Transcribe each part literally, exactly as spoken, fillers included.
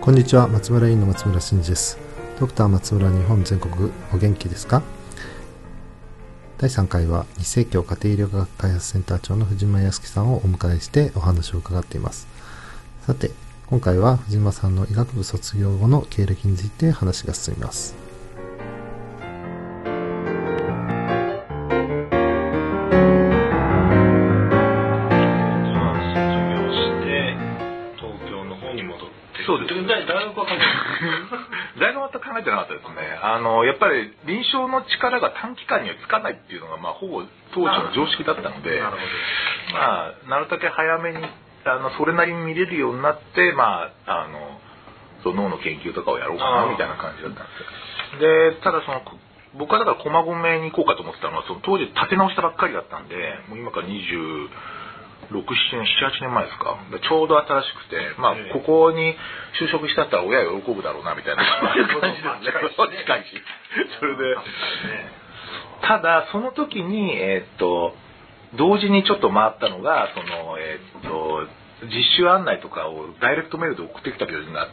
こんにちは、松村医院の松村真二です。ドクター松村日本全国お元気ですか？だいさんかいは日生協家庭医療学開発センター長の藤間康樹さんをお迎えしてお話を伺っています。さて、今回は藤間さんの医学部卒業後の経歴について話が進みます。 大学は全く考えてなかったですね。あのやっぱり臨床の力が短期間にはつかないっていうのが、まあ、ほぼ当時の常識だったので、なるほど、まあ、なるだけ早めにあのそれなりに見れるようになって、まあ、あのその脳の研究とかをやろうかなみたいな感じだったんですよ。でただその僕はだから駒込に行こうかと思ってたのは、その当時立て直したばっかりだったんで、もう今からにじゅうろく、ななねん、なな、はちねんまえですか。ちょうど新しくて、まあ、ここに就職したったら親喜ぶだろうなみたいな感じですね。近いし。それで、ただその時に、えー、っと同時にちょっと回ったのが、そのえー、っと実習案内とかをダイレクトメールで送ってきた病院があって、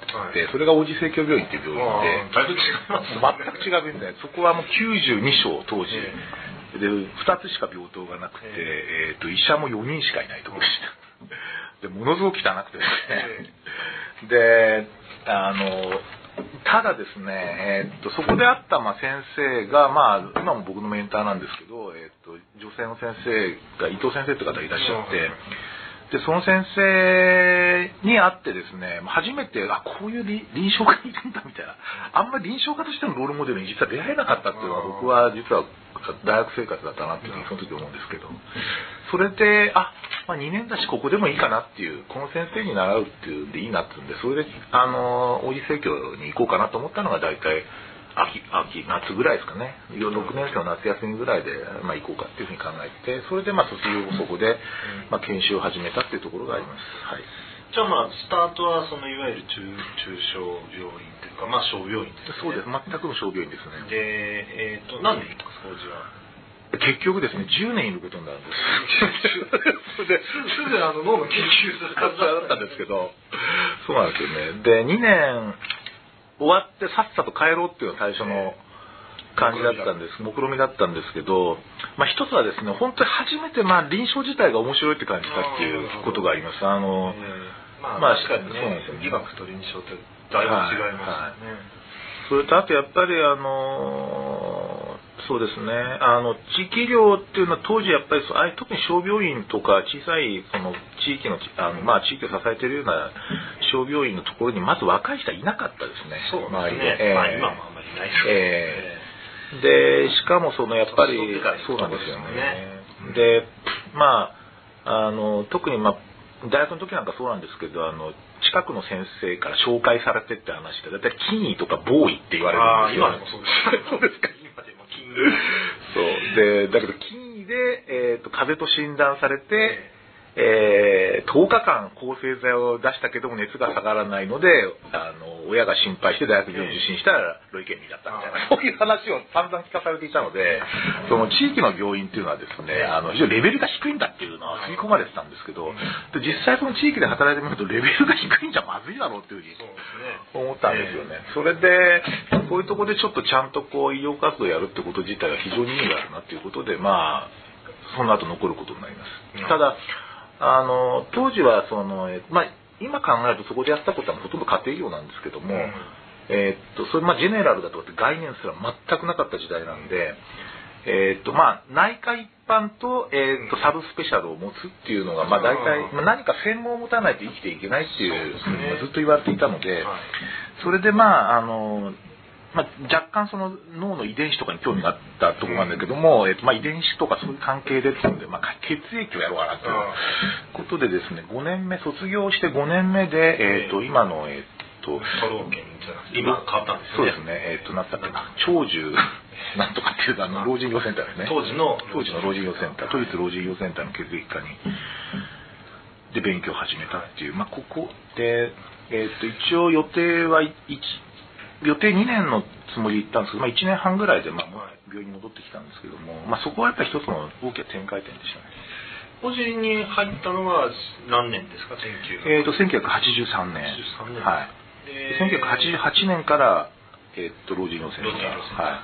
それが王子生協病院っていう病院で、全く違う病院で、そこはもうきゅうじゅうにしょう当時。でふたつしか病棟がなくて、えー、と医者もよにんしかいないところでした。でものすごく汚くてですね。であのただですね、えー、とそこで会った、まあ、先生が、まあ、今も僕のメンターなんですけど、えー、と女性の先生が伊藤先生って方がいらっしゃって、でその先生に会ってですね、初めてあこういう臨床家にいるんだみたいな、あんまり臨床家としてのロールモデルに実は出会えなかったっていうのは、僕は実は大学生活だったなっていうのはその時思うんですけど、それであ、まあ、にねんだしここでもいいかなっていう、この先生に習うっていうんでいいなっていうんで、それであの王子生協に行こうかなと思ったのが大体秋、秋夏ぐらいですかね。ろくねん生の夏休みぐらいで、まあ、行こうかっていうふうに考えて、それでまあ卒業後そこで、まあ、研修を始めたっていうところがあります。はい、 じゃあまあスタートはそのいわゆる中中小病院というか、まあ小病院ですね。 そうです。全くの小病院ですね。 で、えっ、ー、と何年いったんですか、当時は。 結局ですね、じゅうねんいることになるんです。 それですぐあの脳の研究するはずだったんですけど、そうなんですよね。でにねん終わってさっさと帰ろうっていうのが最初の感じだったんです。目論見だったんですけど、まあ、一つはですね、本当に初めてまあ臨床自体が面白いって感じたっていうことがあります。あの、 まあ、まあ、確かにね、そうですよね、医学と臨床ってだいぶ違いますよね。はいはい、 それとあとやっぱりあのそうですね、あの地域医療っていうのは当時やっぱりあ特に小病院とか小さいその地域の、あの、まあ、地域を支えているような小病院のところにまず若い人はいなかったですね。 そうですね。周りで、えー、まあ、今もあんまりいないですね。 えー、でしかもそのやっぱりそうなんですよね。でまああの特にまあ大学の時なんかそうなんですけど、あの近くの先生から紹介されてって話で、だいたい金医とかボーイって言われるんですよ。 あ今でもそうですそうですか。今でも金医そうで、だけど金医で、えー、と風邪と診断されて、えー、とおかかん抗生剤を出したけども熱が下がらないので、あの親が心配して大学病院を受診したらロイケミーだったみたいな、そういう話を散々聞かされていたので、その地域の病院っていうのはですね、あの非常にレベルが低いんだっていうのは吸い込まれてたんですけど、で実際その地域で働いてみるとレベルが低いんじゃまずいだろうっていうふうに思ったんですよね。それでこういうところでちょっとちゃんとこう医療活動をやるってこと自体が非常に意味があるなっていうことで、まあその後残ることになります。ただあの当時はその、まあ、今考えるとそこでやったことはほとんど家庭医療なんですけども、うん、えー、っとそれまあジェネラルだとかって概念すら全くなかった時代なんで、えー、っとまあ、内科一般と、えー、っとサブスペシャルを持つっていうのが、まあ、大体、まあ、何か専門を持たないと生きていけないっていうふうにずっと言われていたので、それでまああのまあ、若干その脳の遺伝子とかに興味があったところなんだけども、えっとまあ、遺伝子とかそういう関係でっていうので、まあ、血液をやろうかなということでですね、ごねんめ卒業してごねんめで、えっと今のえっと都道府県じゃなくて今変わったんですね。 そうですね、えっとなんだっけな、長寿なんとかっていうあの老人医療センターですね。 当時の当時の老人医療センター、都立老人医療センターの血液科にで勉強を始めたっていう、まあ、ここで、えっと一応予定はいち予定にねんのつもりで行ったんですけど、まあ、いちねんはんぐらいで、まあ、病院に戻ってきたんですけども、まあ、そこはやっぱり一つの大きな展開点でしたね。 個人に入ったのは何年ですか？ えーとせんきゅうひゃくはちじゅうさんねん。 はちじゅうさんねん、 はい。 せんきゅうひゃくはちじゅうはちねんから、えー、っと老人養成センター、はい、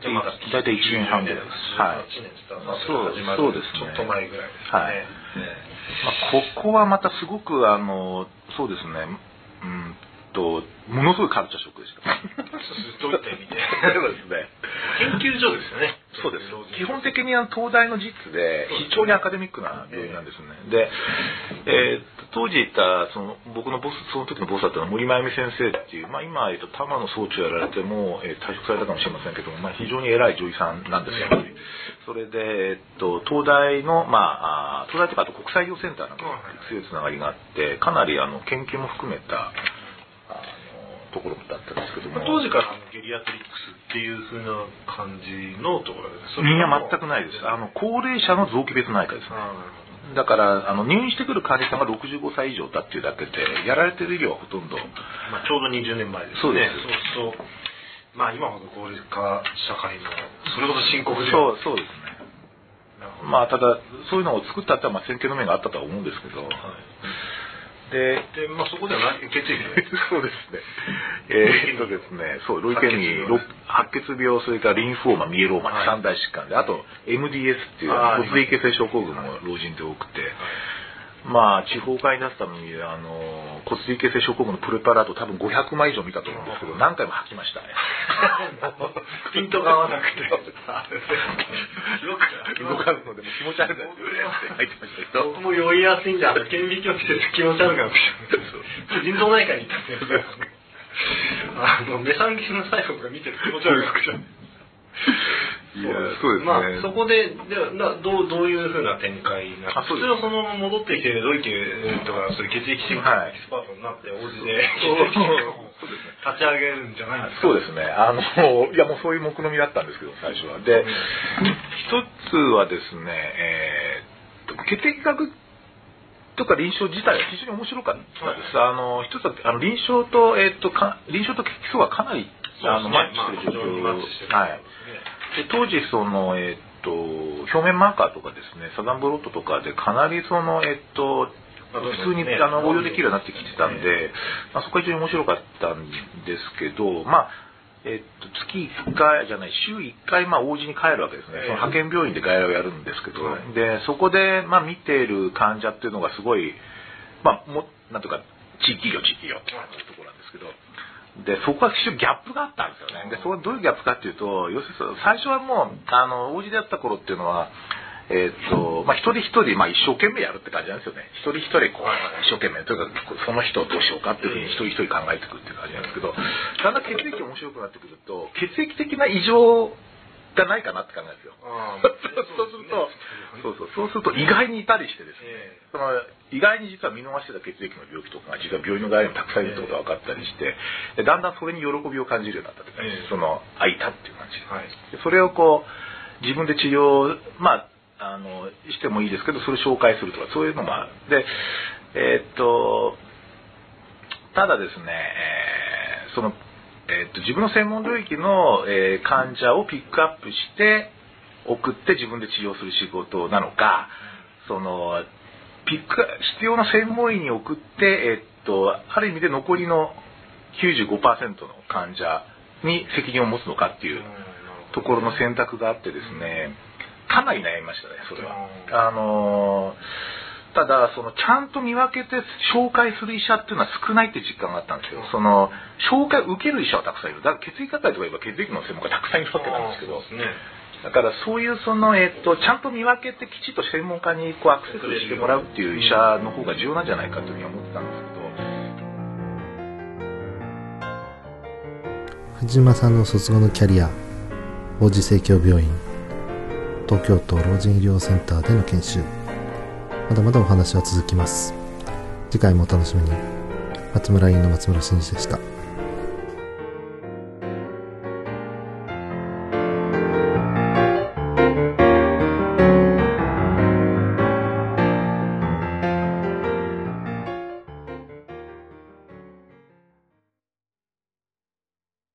じゃあまだ大体いちねんはんぐらいです。はい。そうそうですね。 ちょっと前ぐらいですね。はい。ねまあ、ここはまたすごくあのそうですね。うんとものすごいカルチャーショックでした。 どういった意味で？ そうですね。 研究所ですよね。 そうです。基本的には東大の実で非常にアカデミックな病院なんですね。で、えー、当時いたその僕のボスその時のボスだったのは森真由美先生っていう、まあ今えっと玉の装置をやられても、えー、退職されたかもしれませんけども、まあ非常に偉い女医さんなんですよ。それで、えっと、東大の、まあ、東大とかあと国際医療センターなんか強いつながりがあって、かなりあの研究も含めたあのところだったんですけども、 当時からあのゲリアトリックスっていう風な感じのところですか？ いや全くないです。あの高齢者の臓器別内科ですね。だからあの入院してくる患者さんがろくじゅうごさい以上だっていうだけでやられてる医療はほとんど、 まあ、ちょうどにじゅうねんまえですね。 そうです。 そうそうまあ今ほど高齢化社会のそれほど深刻でそうそうですね。まあただそういうのを作ったってはまあ先見の目があったとは思うんですけど、はい、ででまあそこでは血液そうですね。えー、っとですね、そうロイケミー、白血病、それからリンフォーマ、ミエローマ、三大疾患で、あと エムディーエス っていう骨髄血性症候群も老人で多くて。まあ地方化に出すためにあの骨髄血性症候群のプレパラート多分ごひゃくまい以上見たと思うんですけど何回も吐きましたね。 ピントが合わなくてよく動かすのでも気持ち悪くなって吐いてましたけど、 僕も酔いやすいんであの顕微鏡して気持ち悪くなって腎臓内科に行ったんですよ。あのメサンギンの細胞が見てる気持ち悪くていやそうですね。 まあそこででなどうどういう風な展開な普通はそのまま戻ってきてロイケとかそういう血液診断エキスパートになってお家で立ち上げるんじゃないですか。 そうですね。あのいやもうそういう目論みだったんですけど最初は。で、うん、一つはですね、えー、血液学とか臨床自体は非常に面白かったです。はい、あの一つはあの臨床とえっ、ー、とか臨床と基礎がかなりあのマッチしてる状況、まあ、はい。で当時その、えー、と表面マーカーとかですねサザンブロットとかでかなりその、えー、と普通に、ね、あの応用できるようになってきてたんで、まあ、そこは非常に面白かったんですけど、まあえー、と月いっかいじゃない週いっかい、まあ、王子に帰るわけですね。その派遣病院で外来をやるんですけど、でそこで、まあ、見ている患者っていうのがすごい、まあ、もなんとか地域医療地域医療っていうところなんですけど。でそこは非常にギャップがあったんですよね。でそこはどういうギャップかっていうと要するに最初はもうあの王子であった頃っていうのは、えーとまあ、一人一人、まあ、一生懸命やるって感じなんですよね。一人一人こう一生懸命というかその人をどうしようかっていうふうに一人一人考えていくっていう感じなんですけどだんだん血液面白くなってくると血液的な異常がないかなって考えるんですよ。そうするとそうそうそうすると意外にいたりしてですね、その意外に実は見逃してた血液の病気とかが実は病院の外来にもたくさんいるってことが分かったりしてでだんだんそれに喜びを感じるようになったというか、その空いたっていう感じ、はい、でそれをこう自分で治療まああのしてもいいですけどそれを紹介するとかそういうのもあるでえー、っとただですね、えー、そのえー、と自分の専門領域の、えー、患者をピックアップして送って自分で治療する仕事なのか、そのピック必要な専門医に送って、えー、とある意味で残りの きゅうじゅうごパーセント の患者に責任を持つのかっていうところの選択があってですねかなり悩みましたねそれは。あのーただそのちゃんと見分けて紹介する医者っていうのは少ないって実感があったんですよ。その紹介を受ける医者はたくさんいる。だから血液学会とか言えば血液の専門家たくさんいるわけなんですけど、だからそういうその、えっと、ちゃんと見分けてきちっと専門家にこうアクセスしてもらうっていう医者の方が重要なんじゃないかというふうに思ってたんですけど、 藤間さんの卒後のキャリア、王子生協病院、東京都老人医療センターでの研修、まだまだお話は続きます。次回もお楽しみに。松村医院の松村真嗣でした。